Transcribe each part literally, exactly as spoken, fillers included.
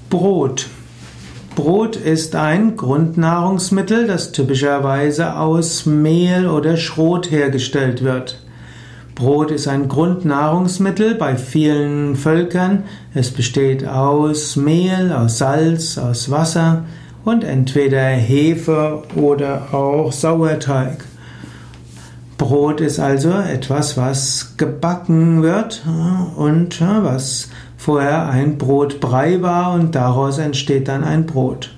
Brot. Brot ist ein Grundnahrungsmittel, das typischerweise aus Mehl oder Schrot hergestellt wird. Brot ist ein Grundnahrungsmittel bei vielen Völkern. Es besteht aus Mehl, aus Salz, aus Wasser und entweder Hefe oder auch Sauerteig. Brot ist also etwas, was gebacken wird und was vorher ein Brotbrei war und daraus entsteht dann ein Brot.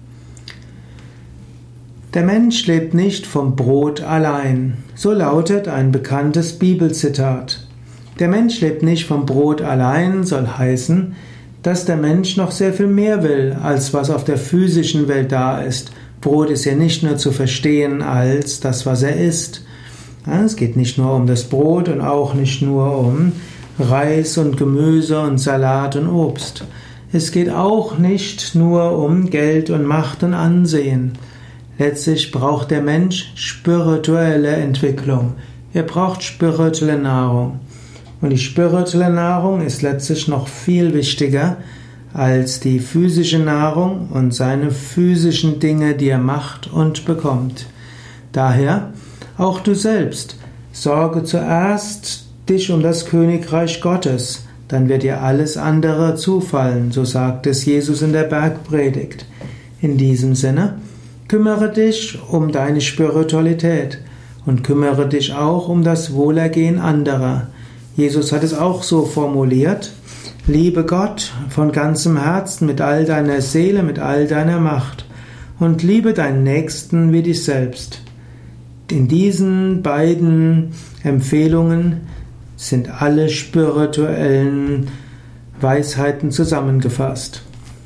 Der Mensch lebt nicht vom Brot allein. So lautet ein bekanntes Bibelzitat. Der Mensch lebt nicht vom Brot allein soll heißen, dass der Mensch noch sehr viel mehr will, als was auf der physischen Welt da ist. Brot ist ja nicht nur zu verstehen als das, was er isst. Es geht nicht nur um das Brot und auch nicht nur um Reis und Gemüse und Salat und Obst. Es geht auch nicht nur um Geld und Macht und Ansehen. Letztlich braucht der Mensch spirituelle Entwicklung. Er braucht spirituelle Nahrung. Und die spirituelle Nahrung ist letztlich noch viel wichtiger als die physische Nahrung und seine physischen Dinge, die er macht und bekommt. Daher, auch du selbst, sorge zuerst dich um das Königreich Gottes, dann wird dir alles andere zufallen, so sagt es Jesus in der Bergpredigt. In diesem Sinne, kümmere dich um deine Spiritualität und kümmere dich auch um das Wohlergehen anderer. Jesus hat es auch so formuliert: Liebe Gott von ganzem Herzen, mit all deiner Seele, mit all deiner Macht und liebe deinen Nächsten wie dich selbst. In diesen beiden Empfehlungen sind alle spirituellen Weisheiten zusammengefasst.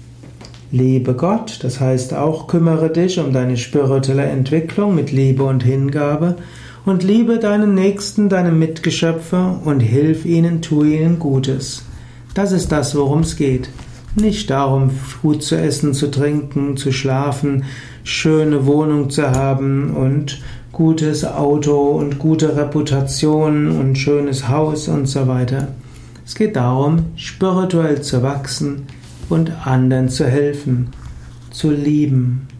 Liebe Gott, das heißt auch, kümmere dich um deine spirituelle Entwicklung mit Liebe und Hingabe und liebe deinen Nächsten, deine Mitgeschöpfe und hilf ihnen, tu ihnen Gutes. Das ist das, worum es geht. Nicht darum, gut zu essen, zu trinken, zu schlafen, schöne Wohnung zu haben und gutes Auto und gute Reputation und schönes Haus und so weiter. Es geht darum, spirituell zu wachsen und anderen zu helfen, zu lieben.